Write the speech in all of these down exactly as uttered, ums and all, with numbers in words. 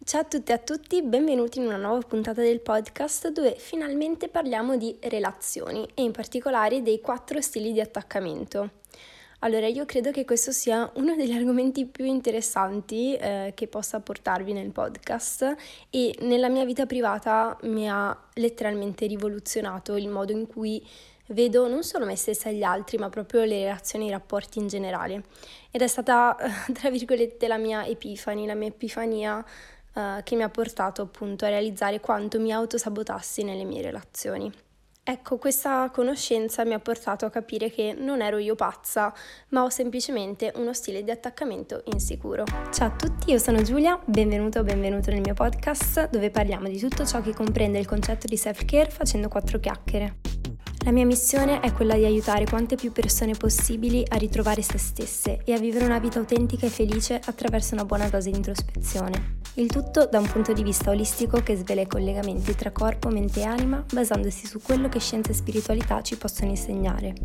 Ciao a tutte e a tutti, benvenuti in una nuova puntata del podcast dove finalmente parliamo di relazioni e in particolare dei quattro stili di attaccamento. Allora, io credo che questo sia uno degli argomenti più interessanti eh, che possa portarvi nel podcast e nella mia vita privata mi ha letteralmente rivoluzionato il modo in cui vedo non solo me stessa e gli altri, ma proprio le relazioni e i rapporti in generale. Ed è stata, tra virgolette, la mia epifani, la mia epifania Uh, che mi ha portato appunto a realizzare quanto mi autosabotassi nelle mie relazioni. Ecco, questa conoscenza mi ha portato a capire che non ero io pazza, ma ho semplicemente uno stile di attaccamento insicuro. Ciao a tutti, io sono Giulia, benvenuto o benvenuto nel mio podcast dove parliamo di tutto ciò che comprende il concetto di self-care facendo quattro chiacchiere. La mia missione è quella di aiutare quante più persone possibili a ritrovare se stesse e a vivere una vita autentica e felice attraverso una buona dose di introspezione. Il tutto da un punto di vista olistico che svela i collegamenti tra corpo, mente e anima, basandosi su quello che scienza e spiritualità ci possono insegnare.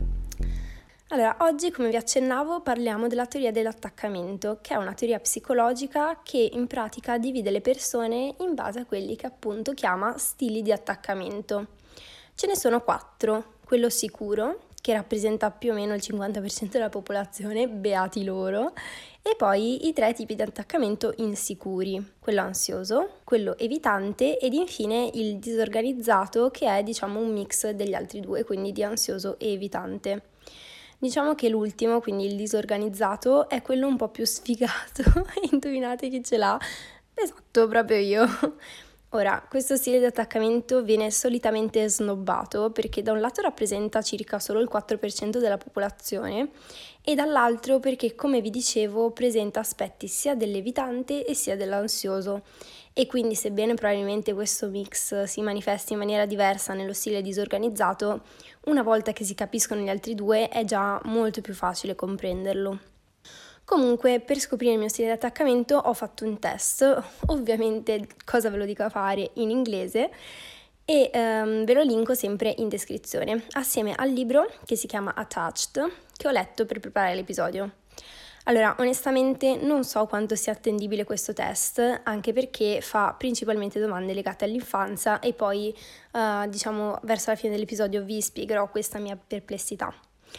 Allora, oggi, come vi accennavo, parliamo della teoria dell'attaccamento, che è una teoria psicologica che in pratica divide le persone in base a quelli che appunto chiama stili di attaccamento. Ce ne sono quattro: quello sicuro, che rappresenta più o meno il cinquanta per cento della popolazione, beati loro, e poi i tre tipi di attaccamento insicuri, quello ansioso, quello evitante ed infine il disorganizzato, che è diciamo un mix degli altri due, quindi di ansioso e evitante. Diciamo che l'ultimo, quindi il disorganizzato, è quello un po' più sfigato, indovinate chi ce l'ha? Esatto, proprio io. Ora, questo stile di attaccamento viene solitamente snobbato perché da un lato rappresenta circa solo il quattro per cento della popolazione e dall'altro perché, come vi dicevo, presenta aspetti sia dell'evitante e sia dell'ansioso. E quindi, sebbene probabilmente questo mix si manifesti in maniera diversa nello stile disorganizzato, una volta che si capiscono gli altri due è già molto più facile comprenderlo. Comunque, per scoprire il mio stile di attaccamento ho fatto un test, ovviamente cosa ve lo dico a fare in inglese, e um, ve lo linko sempre in descrizione, assieme al libro che si chiama Attached, che ho letto per preparare l'episodio. Allora, onestamente non so quanto sia attendibile questo test, anche perché fa principalmente domande legate all'infanzia e poi, uh, diciamo, verso la fine dell'episodio vi spiegherò questa mia perplessità.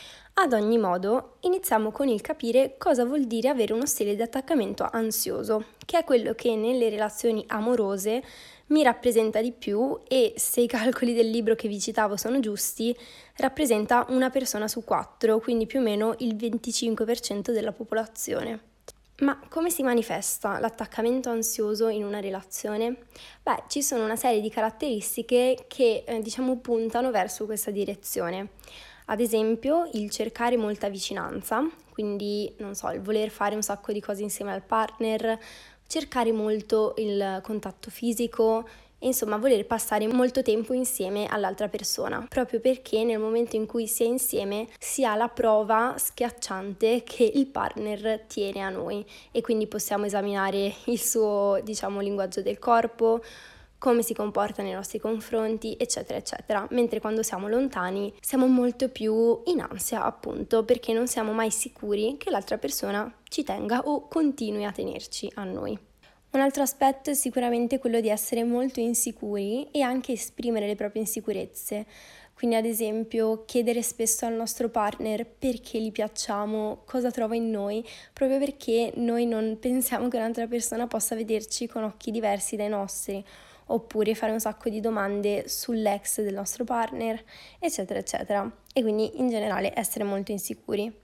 Ad ogni modo, iniziamo con il capire cosa vuol dire avere uno stile di attaccamento ansioso, che è quello che nelle relazioni amorose mi rappresenta di più e, se i calcoli del libro che vi citavo sono giusti, rappresenta una persona su quattro, quindi più o meno il venticinque per cento della popolazione. Ma come si manifesta l'attaccamento ansioso in una relazione? Beh, ci sono una serie di caratteristiche che, eh, diciamo, puntano verso questa direzione. Ad esempio, il cercare molta vicinanza, quindi, non so, il voler fare un sacco di cose insieme al partner, cercare molto il contatto fisico, e insomma voler passare molto tempo insieme all'altra persona, proprio perché nel momento in cui si è insieme si ha la prova schiacciante che il partner tiene a noi e quindi possiamo esaminare il suo, diciamo, linguaggio del corpo, come si comporta nei nostri confronti, eccetera, eccetera. Mentre quando siamo lontani siamo molto più in ansia, appunto, perché non siamo mai sicuri che l'altra persona ci tenga o continui a tenerci a noi. Un altro aspetto è sicuramente quello di essere molto insicuri e anche esprimere le proprie insicurezze. Quindi, ad esempio, chiedere spesso al nostro partner perché gli piacciamo, cosa trova in noi, proprio perché noi non pensiamo che un'altra persona possa vederci con occhi diversi dai nostri, oppure fare un sacco di domande sull'ex del nostro partner, eccetera, eccetera. E quindi, in generale, essere molto insicuri.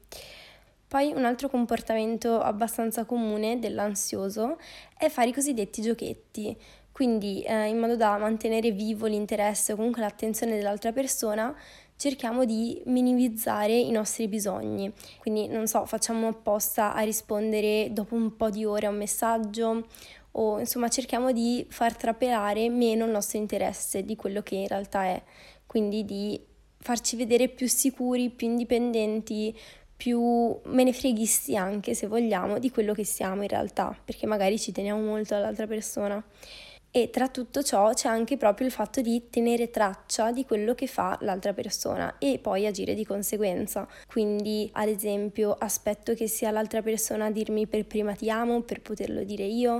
Poi un altro comportamento abbastanza comune dell'ansioso è fare i cosiddetti giochetti, quindi eh, in modo da mantenere vivo l'interesse o comunque l'attenzione dell'altra persona cerchiamo di minimizzare i nostri bisogni, quindi non so, facciamo apposta a rispondere dopo un po' di ore a un messaggio o insomma cerchiamo di far trapelare meno il nostro interesse di quello che in realtà è, quindi di farci vedere più sicuri, più indipendenti, più menefreghisti anche, se vogliamo, di quello che siamo in realtà, perché magari ci teniamo molto all'altra persona. E tra tutto ciò c'è anche proprio il fatto di tenere traccia di quello che fa l'altra persona e poi agire di conseguenza. Quindi, ad esempio, aspetto che sia l'altra persona a dirmi per prima ti amo per poterlo dire io,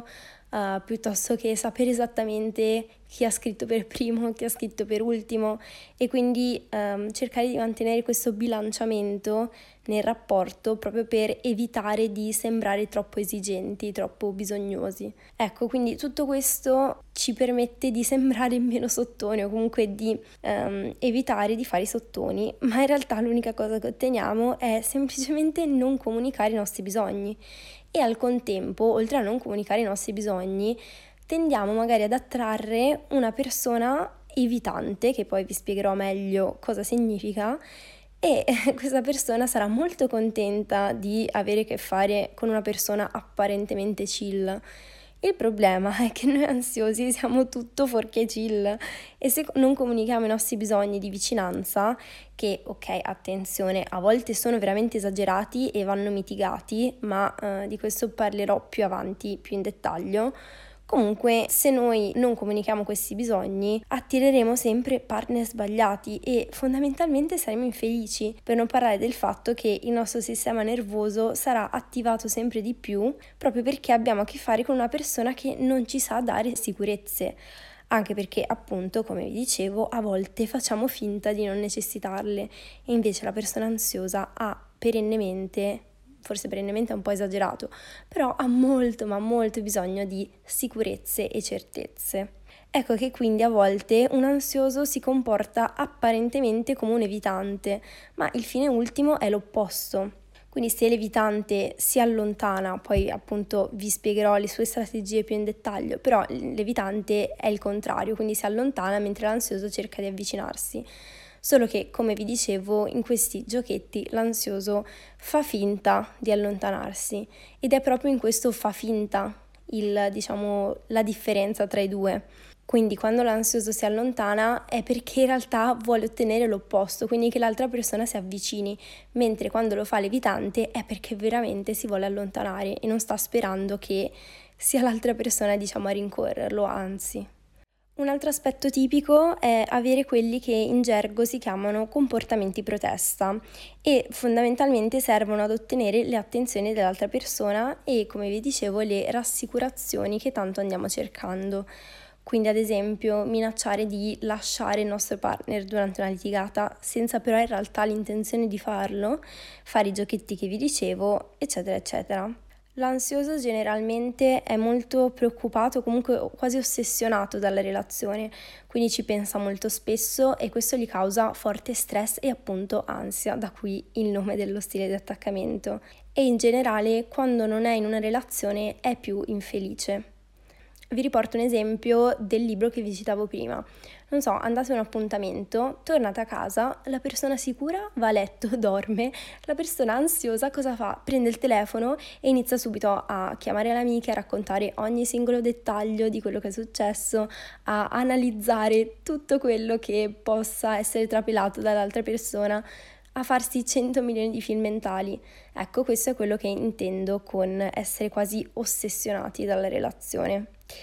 uh, piuttosto che sapere esattamente chi ha scritto per primo, chi ha scritto per ultimo, e quindi um, cercare di mantenere questo bilanciamento nel rapporto proprio per evitare di sembrare troppo esigenti, troppo bisognosi. Ecco, quindi tutto questo ci permette di sembrare meno sottoni o comunque di um, evitare di fare i sottoni, ma in realtà l'unica cosa che otteniamo è semplicemente non comunicare i nostri bisogni e al contempo, oltre a non comunicare i nostri bisogni, tendiamo magari ad attrarre una persona evitante, che poi vi spiegherò meglio cosa significa, e questa persona sarà molto contenta di avere a che fare con una persona apparentemente chill. Il problema è che noi ansiosi siamo tutto fuorché chill e se non comunichiamo i nostri bisogni di vicinanza, che ok, attenzione, a volte sono veramente esagerati e vanno mitigati, ma eh, di questo parlerò più avanti, più in dettaglio. Comunque, se noi non comunichiamo questi bisogni, attireremo sempre partner sbagliati e fondamentalmente saremo infelici, per non parlare del fatto che il nostro sistema nervoso sarà attivato sempre di più proprio perché abbiamo a che fare con una persona che non ci sa dare sicurezze. Anche perché, appunto, come vi dicevo, a volte facciamo finta di non necessitarle e invece la persona ansiosa ha perennemente, forse perennemente è un po' esagerato, però ha molto ma molto bisogno di sicurezze e certezze. Ecco che quindi a volte un ansioso si comporta apparentemente come un evitante, ma il fine ultimo è l'opposto. Quindi se l'evitante si allontana, poi appunto vi spiegherò le sue strategie più in dettaglio, però l'evitante è il contrario, quindi si allontana mentre l'ansioso cerca di avvicinarsi. Solo che, come vi dicevo, in questi giochetti l'ansioso fa finta di allontanarsi ed è proprio in questo fa finta il, diciamo, la differenza tra i due. Quindi quando l'ansioso si allontana è perché in realtà vuole ottenere l'opposto, quindi che l'altra persona si avvicini, mentre quando lo fa l'evitante è perché veramente si vuole allontanare e non sta sperando che sia l'altra persona, diciamo, a rincorrerlo, anzi. Un altro aspetto tipico è avere quelli che in gergo si chiamano comportamenti protesta e fondamentalmente servono ad ottenere le attenzioni dell'altra persona e, come vi dicevo, le rassicurazioni che tanto andiamo cercando. Quindi, ad esempio, minacciare di lasciare il nostro partner durante una litigata senza però in realtà l'intenzione di farlo, fare i giochetti che vi dicevo, eccetera, eccetera. L'ansioso generalmente è molto preoccupato, comunque quasi ossessionato dalla relazione, quindi ci pensa molto spesso e questo gli causa forte stress e appunto ansia, da qui il nome dello stile di attaccamento. E in generale, quando non è in una relazione, è più infelice. Vi riporto un esempio del libro che vi citavo prima. Non so, andate a un appuntamento, tornate a casa, la persona sicura va a letto, dorme, la persona ansiosa cosa fa? Prende il telefono e inizia subito a chiamare le amiche, a raccontare ogni singolo dettaglio di quello che è successo, a analizzare tutto quello che possa essere trapelato dall'altra persona, a farsi cento milioni di film mentali. Ecco, questo è quello che intendo con essere quasi ossessionati dalla relazione.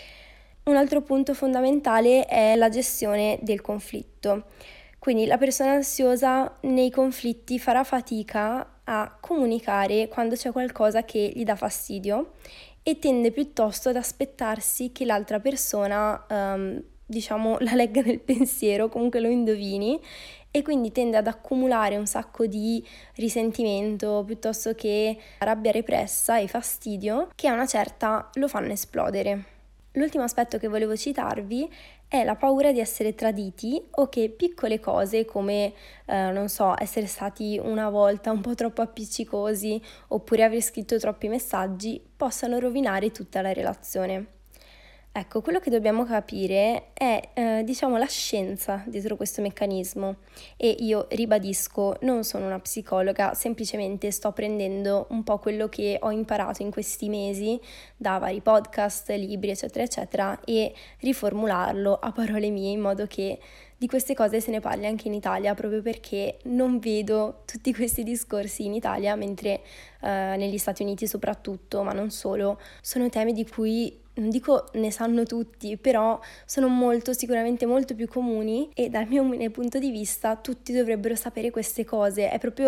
Un altro punto fondamentale è la gestione del conflitto. Quindi la persona ansiosa nei conflitti farà fatica a comunicare quando c'è qualcosa che gli dà fastidio e tende piuttosto ad aspettarsi che l'altra persona, um, diciamo, la legga nel pensiero, comunque lo indovini, e quindi tende ad accumulare un sacco di risentimento piuttosto che rabbia repressa e fastidio che a una certa lo fanno esplodere. L'ultimo aspetto che volevo citarvi è la paura di essere traditi o che piccole cose come, eh, non so, essere stati una volta un po' troppo appiccicosi oppure aver scritto troppi messaggi possano rovinare tutta la relazione. Ecco, quello che dobbiamo capire è, eh, diciamo, la scienza dietro questo meccanismo e io ribadisco, non sono una psicologa, semplicemente sto prendendo un po' quello che ho imparato in questi mesi da vari podcast, libri, eccetera, eccetera, e riformularlo a parole mie in modo che di queste cose se ne parli anche in Italia, proprio perché non vedo tutti questi discorsi in Italia, mentre eh, negli Stati Uniti soprattutto, ma non solo, sono temi di cui non dico ne sanno tutti, però sono molto, sicuramente molto più comuni e dal mio umile punto di vista tutti dovrebbero sapere queste cose. È proprio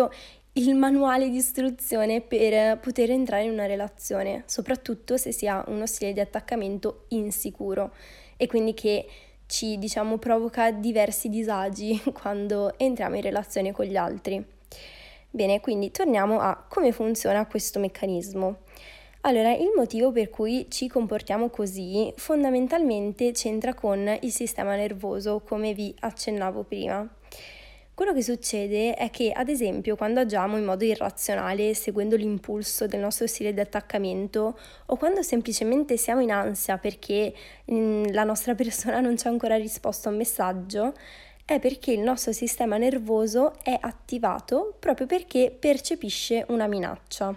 il manuale di istruzione per poter entrare in una relazione, soprattutto se si ha uno stile di attaccamento insicuro e quindi che ci, diciamo, provoca diversi disagi quando entriamo in relazione con gli altri. Bene, quindi torniamo a come funziona questo meccanismo. Allora, il motivo per cui ci comportiamo così fondamentalmente c'entra con il sistema nervoso, come vi accennavo prima. Quello che succede è che, ad esempio, quando agiamo in modo irrazionale, seguendo l'impulso del nostro stile di attaccamento, o quando semplicemente siamo in ansia perché mh, la nostra persona non ci ha ancora risposto a un messaggio, è perché il nostro sistema nervoso è attivato proprio perché percepisce una minaccia.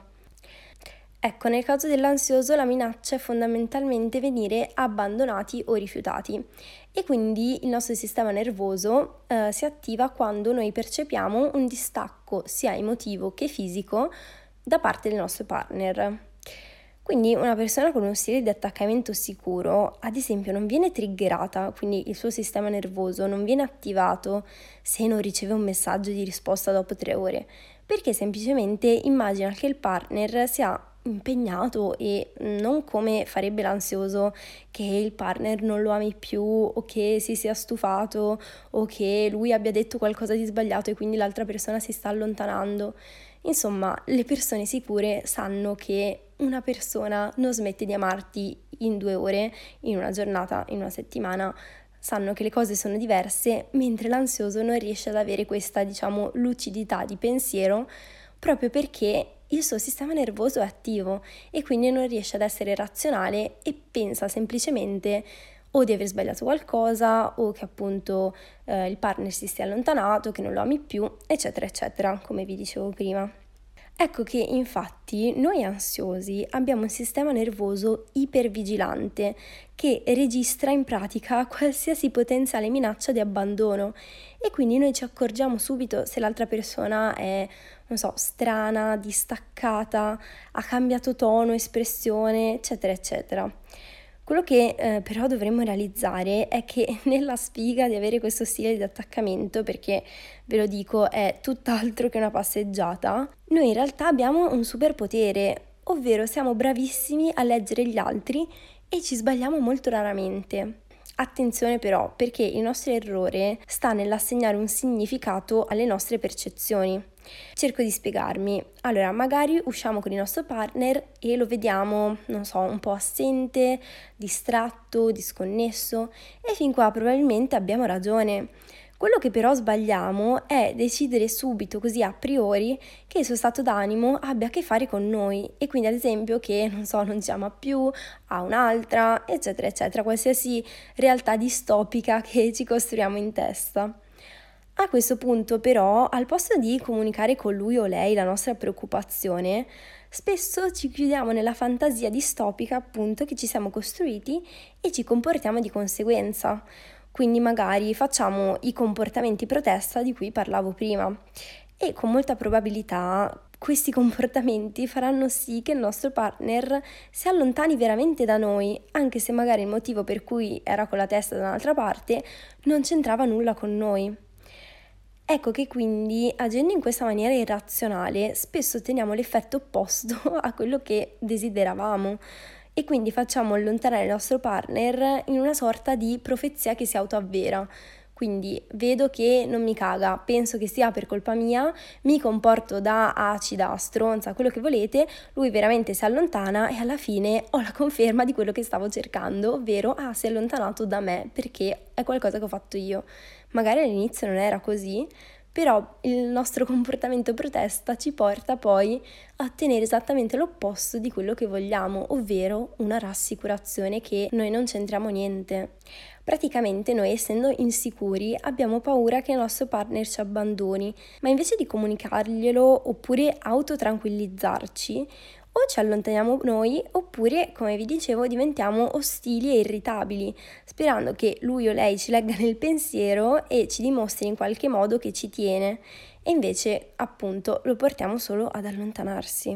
Ecco, nel caso dell'ansioso la minaccia è fondamentalmente venire abbandonati o rifiutati e quindi il nostro sistema nervoso eh, si attiva quando noi percepiamo un distacco sia emotivo che fisico da parte del nostro partner. Quindi una persona con uno stile di attaccamento sicuro, ad esempio, non viene triggerata, quindi il suo sistema nervoso non viene attivato se non riceve un messaggio di risposta dopo tre ore, perché semplicemente immagina che il partner sia impegnato e non come farebbe l'ansioso che il partner non lo ami più o che si sia stufato o che lui abbia detto qualcosa di sbagliato e quindi l'altra persona si sta allontanando. Insomma, le persone sicure sanno che una persona non smette di amarti in due ore, in una giornata, in una settimana, sanno che le cose sono diverse, mentre l'ansioso non riesce ad avere questa, diciamo, lucidità di pensiero proprio perché il suo sistema nervoso è attivo e quindi non riesce ad essere razionale e pensa semplicemente o di aver sbagliato qualcosa o che appunto eh, il partner si sia allontanato, che non lo ami più, eccetera, eccetera, come vi dicevo prima. Ecco che infatti noi ansiosi abbiamo un sistema nervoso ipervigilante che registra in pratica qualsiasi potenziale minaccia di abbandono e quindi noi ci accorgiamo subito se l'altra persona è, non so, strana, distaccata, ha cambiato tono, espressione, eccetera, eccetera. Quello che eh, però dovremmo realizzare è che nella sfiga di avere questo stile di attaccamento, perché ve lo dico è tutt'altro che una passeggiata, noi in realtà abbiamo un superpotere, ovvero siamo bravissimi a leggere gli altri e ci sbagliamo molto raramente. Attenzione però, perché il nostro errore sta nell'assegnare un significato alle nostre percezioni. Cerco di spiegarmi. Allora, magari usciamo con il nostro partner e lo vediamo, non so, un po' assente, distratto, disconnesso e fin qua probabilmente abbiamo ragione. Quello che però sbagliamo è decidere subito, così a priori, che il suo stato d'animo abbia a che fare con noi e quindi ad esempio che, non so, non ci ama più, ha un'altra, eccetera, eccetera, qualsiasi realtà distopica che ci costruiamo in testa. A questo punto però, al posto di comunicare con lui o lei la nostra preoccupazione, spesso ci chiudiamo nella fantasia distopica appunto che ci siamo costruiti e ci comportiamo di conseguenza. Quindi magari facciamo i comportamenti protesta di cui parlavo prima e con molta probabilità questi comportamenti faranno sì che il nostro partner si allontani veramente da noi, anche se magari il motivo per cui era con la testa da un'altra parte non c'entrava nulla con noi. Ecco che quindi, agendo in questa maniera irrazionale, spesso otteniamo l'effetto opposto a quello che desideravamo e quindi facciamo allontanare il nostro partner in una sorta di profezia che si autoavvera. Quindi vedo che non mi caga, penso che sia per colpa mia, mi comporto da acida, stronza, quello che volete, lui veramente si allontana e alla fine ho la conferma di quello che stavo cercando, ovvero ah, si è allontanato da me perché è qualcosa che ho fatto io. Magari all'inizio non era così, però il nostro comportamento protesta ci porta poi a ottenere esattamente l'opposto di quello che vogliamo, ovvero una rassicurazione che noi non c'entriamo niente. Praticamente noi, essendo insicuri, abbiamo paura che il nostro partner ci abbandoni, ma invece di comunicarglielo oppure autotranquillizzarci, o ci allontaniamo noi oppure, come vi dicevo, diventiamo ostili e irritabili, sperando che lui o lei ci legga nel pensiero e ci dimostri in qualche modo che ci tiene, e invece, appunto, lo portiamo solo ad allontanarsi.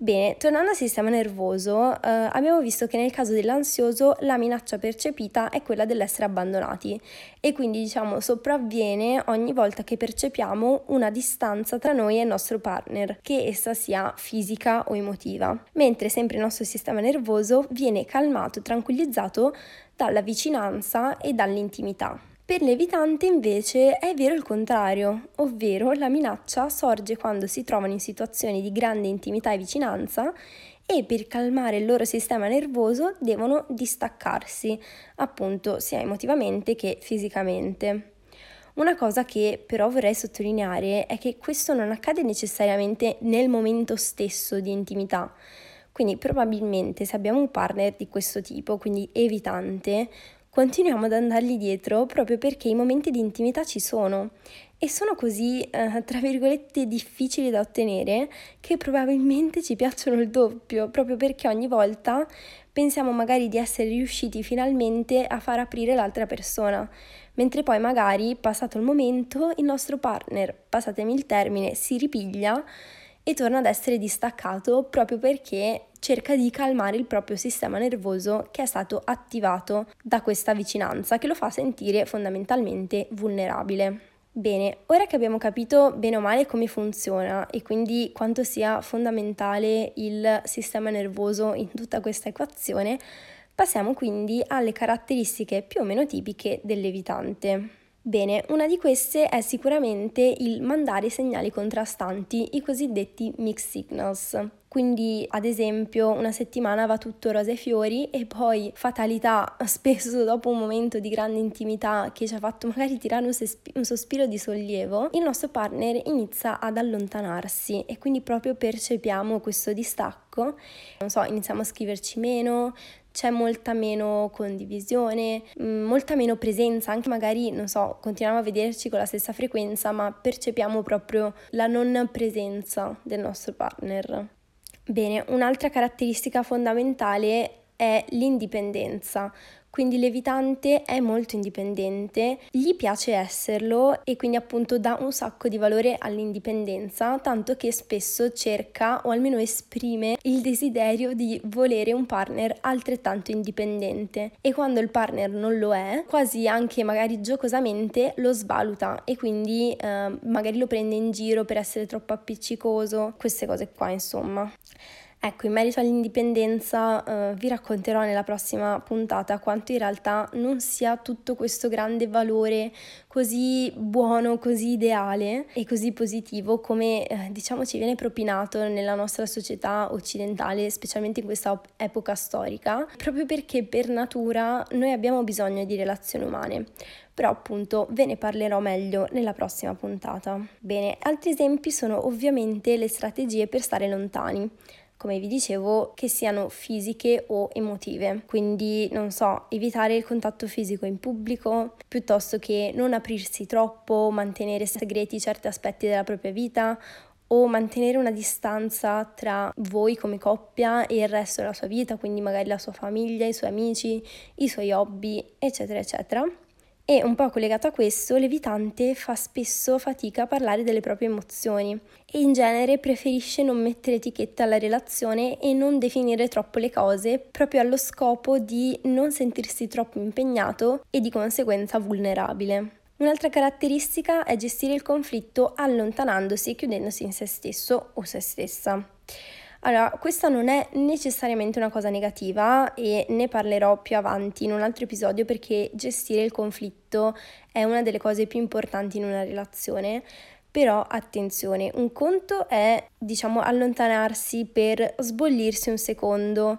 Bene, tornando al sistema nervoso, eh, abbiamo visto che nel caso dell'ansioso la minaccia percepita è quella dell'essere abbandonati e quindi diciamo sopravviene ogni volta che percepiamo una distanza tra noi e il nostro partner, che essa sia fisica o emotiva, mentre sempre il nostro sistema nervoso viene calmato e tranquillizzato dalla vicinanza e dall'intimità. Per l'evitante invece è vero il contrario, ovvero la minaccia sorge quando si trovano in situazioni di grande intimità e vicinanza e per calmare il loro sistema nervoso devono distaccarsi, appunto sia emotivamente che fisicamente. Una cosa che però vorrei sottolineare è che questo non accade necessariamente nel momento stesso di intimità. Quindi probabilmente se abbiamo un partner di questo tipo, quindi evitante, continuiamo ad andargli dietro proprio perché i momenti di intimità ci sono e sono così, eh, tra virgolette, difficili da ottenere che probabilmente ci piacciono il doppio, proprio perché ogni volta pensiamo magari di essere riusciti finalmente a far aprire l'altra persona, mentre poi magari, passato il momento, il nostro partner, passatemi il termine, si ripiglia e torna ad essere distaccato proprio perché cerca di calmare il proprio sistema nervoso che è stato attivato da questa vicinanza, che lo fa sentire fondamentalmente vulnerabile. Bene, ora che abbiamo capito bene o male come funziona e quindi quanto sia fondamentale il sistema nervoso in tutta questa equazione, passiamo quindi alle caratteristiche più o meno tipiche dell'evitante. Bene, una di queste è sicuramente il mandare segnali contrastanti, i cosiddetti mixed signals. Quindi, ad esempio, una settimana va tutto rose e fiori e poi, fatalità, spesso dopo un momento di grande intimità che ci ha fatto magari tirare un, sesp- un sospiro di sollievo, il nostro partner inizia ad allontanarsi e quindi proprio percepiamo questo distacco. Non so, iniziamo a scriverci meno, c'è molta meno condivisione, molta meno presenza, anche magari, non so, continuiamo a vederci con la stessa frequenza, ma percepiamo proprio la non presenza del nostro partner. Bene, un'altra caratteristica fondamentale è l'indipendenza. Quindi l'evitante è molto indipendente, gli piace esserlo e quindi appunto dà un sacco di valore all'indipendenza, tanto che spesso cerca o almeno esprime il desiderio di volere un partner altrettanto indipendente e quando il partner non lo è, quasi anche magari giocosamente lo svaluta e quindi eh, magari lo prende in giro per essere troppo appiccicoso, queste cose qua insomma. Ecco, in merito all'indipendenza eh, vi racconterò nella prossima puntata quanto in realtà non sia tutto questo grande valore così buono, così ideale e così positivo come eh, diciamo ci viene propinato nella nostra società occidentale, specialmente in questa op- epoca storica, proprio perché per natura noi abbiamo bisogno di relazioni umane. Però appunto ve ne parlerò meglio nella prossima puntata. Bene, altri esempi sono ovviamente le strategie per stare lontani, come vi dicevo, che siano fisiche o emotive. Quindi, non so, evitare il contatto fisico in pubblico, piuttosto che non aprirsi troppo, mantenere segreti certi aspetti della propria vita o mantenere una distanza tra voi come coppia e il resto della sua vita, quindi magari la sua famiglia, i suoi amici, i suoi hobby, eccetera, eccetera. E un po' collegato a questo, l'evitante fa spesso fatica a parlare delle proprie emozioni e in genere preferisce non mettere etichetta alla relazione e non definire troppo le cose proprio allo scopo di non sentirsi troppo impegnato e di conseguenza vulnerabile. Un'altra caratteristica è gestire il conflitto allontanandosi e chiudendosi in se stesso o se stessa. Allora, questa non è necessariamente una cosa negativa e ne parlerò più avanti in un altro episodio perché gestire il conflitto è una delle cose più importanti in una relazione, però attenzione, un conto è, diciamo, allontanarsi per sbollirsi un secondo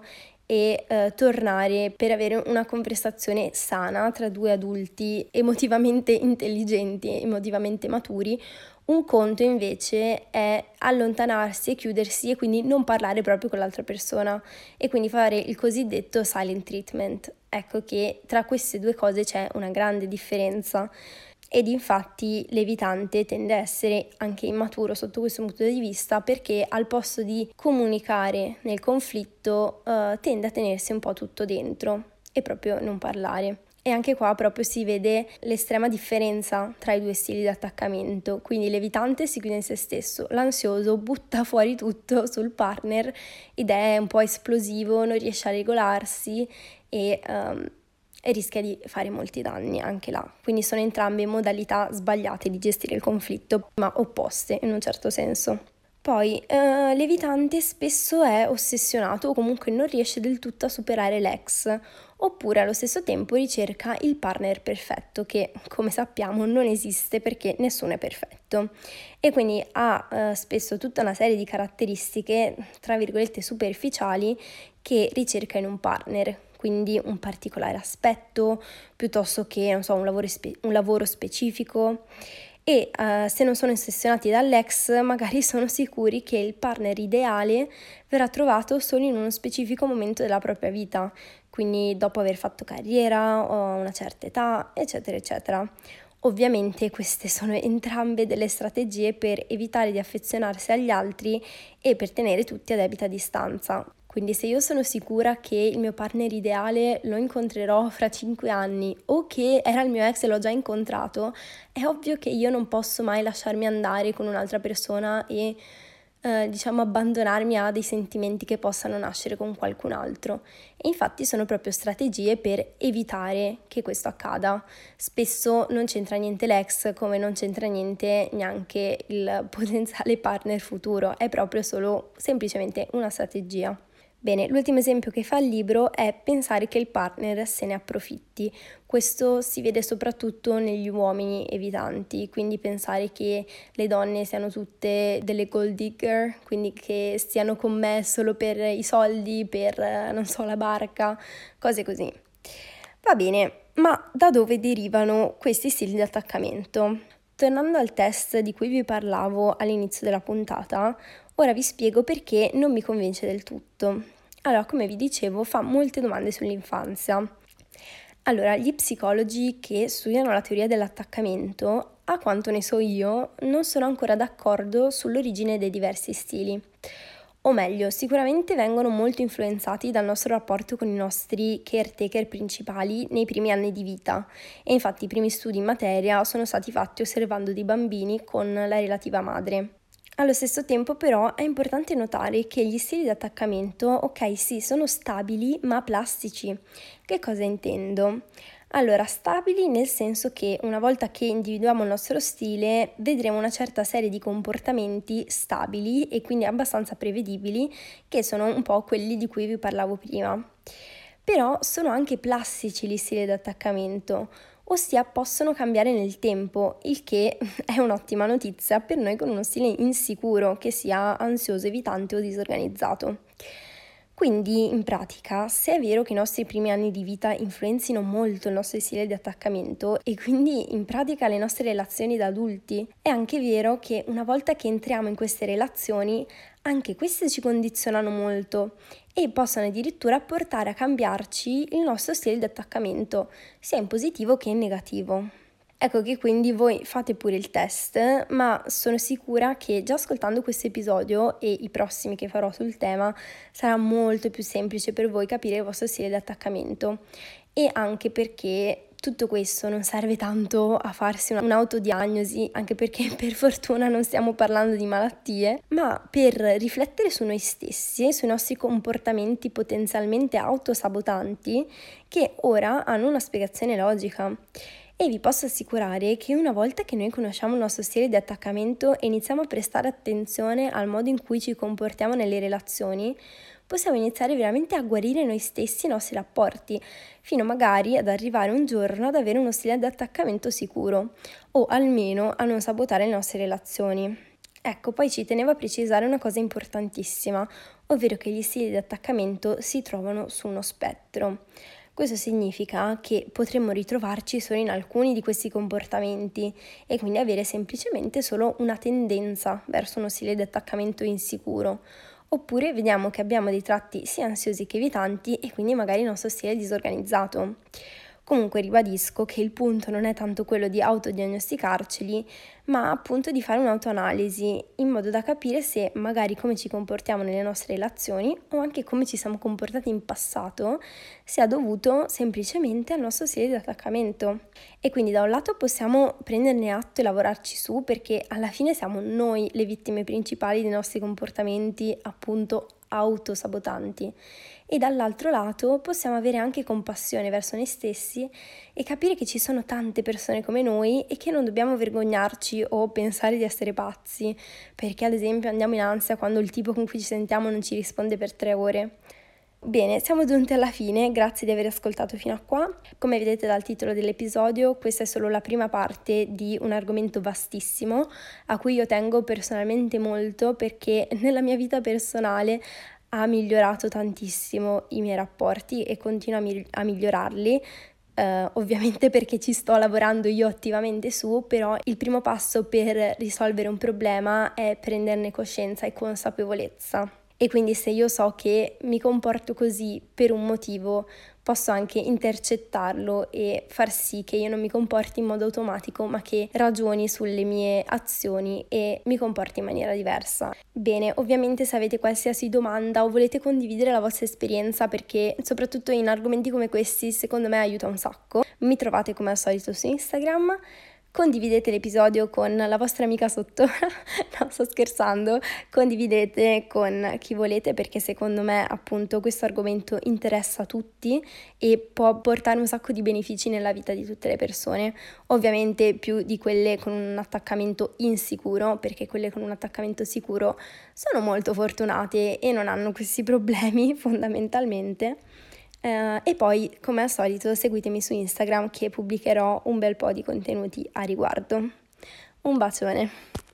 e eh, tornare per avere una conversazione sana tra due adulti emotivamente intelligenti e emotivamente maturi. Un conto invece è allontanarsi e chiudersi e quindi non parlare proprio con l'altra persona e quindi fare il cosiddetto silent treatment. Ecco che tra queste due cose c'è una grande differenza ed infatti l'evitante tende a essere anche immaturo sotto questo punto di vista perché al posto di comunicare nel conflitto eh, tende a tenersi un po' tutto dentro e proprio non parlare. E anche qua proprio si vede l'estrema differenza tra i due stili di attaccamento, quindi l'evitante si chiude in se stesso, l'ansioso butta fuori tutto sul partner ed è un po' esplosivo, non riesce a regolarsi e, um, e rischia di fare molti danni anche là. Quindi sono entrambe modalità sbagliate di gestire il conflitto, ma opposte in un certo senso. Poi eh, l'evitante spesso è ossessionato o comunque non riesce del tutto a superare l'ex, oppure allo stesso tempo ricerca il partner perfetto, che come sappiamo non esiste perché nessuno è perfetto, e quindi ha eh, spesso tutta una serie di caratteristiche, tra virgolette, superficiali che ricerca in un partner. Quindi un particolare aspetto, piuttosto che, non so, un lavoro, spe- un lavoro specifico. E uh, se non sono ossessionati dall'ex, magari sono sicuri che il partner ideale verrà trovato solo in uno specifico momento della propria vita, quindi dopo aver fatto carriera o a una certa età, eccetera, eccetera. Ovviamente queste sono entrambe delle strategie per evitare di affezionarsi agli altri e per tenere tutti a debita distanza. Quindi se io sono sicura che il mio partner ideale lo incontrerò fra cinque anni o che era il mio ex e l'ho già incontrato, è ovvio che io non posso mai lasciarmi andare con un'altra persona e eh, diciamo abbandonarmi a dei sentimenti che possano nascere con qualcun altro. E infatti sono proprio strategie per evitare che questo accada. Spesso non c'entra niente l'ex, come non c'entra niente neanche il potenziale partner futuro, è proprio solo semplicemente una strategia. Bene, l'ultimo esempio che fa il libro è pensare che il partner se ne approfitti. Questo si vede soprattutto negli uomini evitanti, quindi pensare che le donne siano tutte delle gold digger, quindi che stiano con me solo per i soldi, per, non so, la barca, cose così. Va bene, ma da dove derivano questi stili di attaccamento? Tornando al test di cui vi parlavo all'inizio della puntata, ora vi spiego perché non mi convince del tutto. Allora, come vi dicevo, fa molte domande sull'infanzia. Allora, gli psicologi che studiano la teoria dell'attaccamento, a quanto ne so io, non sono ancora d'accordo sull'origine dei diversi stili. O meglio, sicuramente vengono molto influenzati dal nostro rapporto con i nostri caretaker principali nei primi anni di vita, e infatti i primi studi in materia sono stati fatti osservando dei bambini con la relativa madre. Allo stesso tempo però è importante notare che gli stili di attaccamento, ok, sì, sono stabili ma plastici. Che cosa intendo? Allora, stabili nel senso che una volta che individuiamo il nostro stile vedremo una certa serie di comportamenti stabili e quindi abbastanza prevedibili, che sono un po' quelli di cui vi parlavo prima. Però sono anche plastici gli stili di attaccamento, ossia possono cambiare nel tempo, il che è un'ottima notizia per noi con uno stile insicuro, che sia ansioso, evitante o disorganizzato. Quindi, in pratica, se è vero che i nostri primi anni di vita influenzino molto il nostro stile di attaccamento e quindi in pratica le nostre relazioni da adulti, è anche vero che una volta che entriamo in queste relazioni, anche queste ci condizionano molto e possono addirittura portare a cambiarci il nostro stile di attaccamento, sia in positivo che in negativo. Ecco che quindi voi fate pure il test, ma sono sicura che già ascoltando questo episodio e i prossimi che farò sul tema sarà molto più semplice per voi capire il vostro stile di attaccamento, e anche perché tutto questo non serve tanto a farsi un'autodiagnosi, anche perché per fortuna non stiamo parlando di malattie, ma per riflettere su noi stessi e sui nostri comportamenti potenzialmente autosabotanti che ora hanno una spiegazione logica. E vi posso assicurare che una volta che noi conosciamo il nostro stile di attaccamento e iniziamo a prestare attenzione al modo in cui ci comportiamo nelle relazioni, possiamo iniziare veramente a guarire noi stessi e i nostri rapporti, fino magari ad arrivare un giorno ad avere uno stile di attaccamento sicuro, o almeno a non sabotare le nostre relazioni. Ecco, poi ci tenevo a precisare una cosa importantissima, ovvero che gli stili di attaccamento si trovano su uno spettro. Questo significa che potremmo ritrovarci solo in alcuni di questi comportamenti e quindi avere semplicemente solo una tendenza verso uno stile di attaccamento insicuro. Oppure vediamo che abbiamo dei tratti sia ansiosi che evitanti e quindi magari il nostro stile è disorganizzato. Comunque ribadisco che il punto non è tanto quello di autodiagnosticarceli, ma appunto di fare un'autoanalisi in modo da capire se magari come ci comportiamo nelle nostre relazioni o anche come ci siamo comportati in passato sia dovuto semplicemente al nostro stile di attaccamento. E quindi da un lato possiamo prenderne atto e lavorarci su, perché alla fine siamo noi le vittime principali dei nostri comportamenti appunto autosabotanti, e dall'altro lato possiamo avere anche compassione verso noi stessi e capire che ci sono tante persone come noi e che non dobbiamo vergognarci o pensare di essere pazzi, perché ad esempio andiamo in ansia quando il tipo con cui ci sentiamo non ci risponde per tre ore. Bene, siamo giunti alla fine, grazie di aver ascoltato fino a qua. Come vedete dal titolo dell'episodio, questa è solo la prima parte di un argomento vastissimo a cui io tengo personalmente molto, perché nella mia vita personale ha migliorato tantissimo i miei rapporti e continua a, mi- a migliorarli. Uh, ovviamente perché ci sto lavorando io attivamente su, però il primo passo per risolvere un problema è prenderne coscienza e consapevolezza. E quindi se io so che mi comporto così per un motivo, posso anche intercettarlo e far sì che io non mi comporti in modo automatico, ma che ragioni sulle mie azioni e mi comporti in maniera diversa. Bene, ovviamente se avete qualsiasi domanda o volete condividere la vostra esperienza, perché soprattutto in argomenti come questi secondo me aiuta un sacco, mi trovate come al solito su Instagram. Condividete l'episodio con la vostra amica sotto, no, sto scherzando, condividete con chi volete, perché secondo me appunto questo argomento interessa tutti e può portare un sacco di benefici nella vita di tutte le persone, ovviamente più di quelle con un attaccamento insicuro, perché quelle con un attaccamento sicuro sono molto fortunate e non hanno questi problemi fondamentalmente. Uh, e poi, come al solito, seguitemi su Instagram che pubblicherò un bel po' di contenuti a riguardo. Un bacione!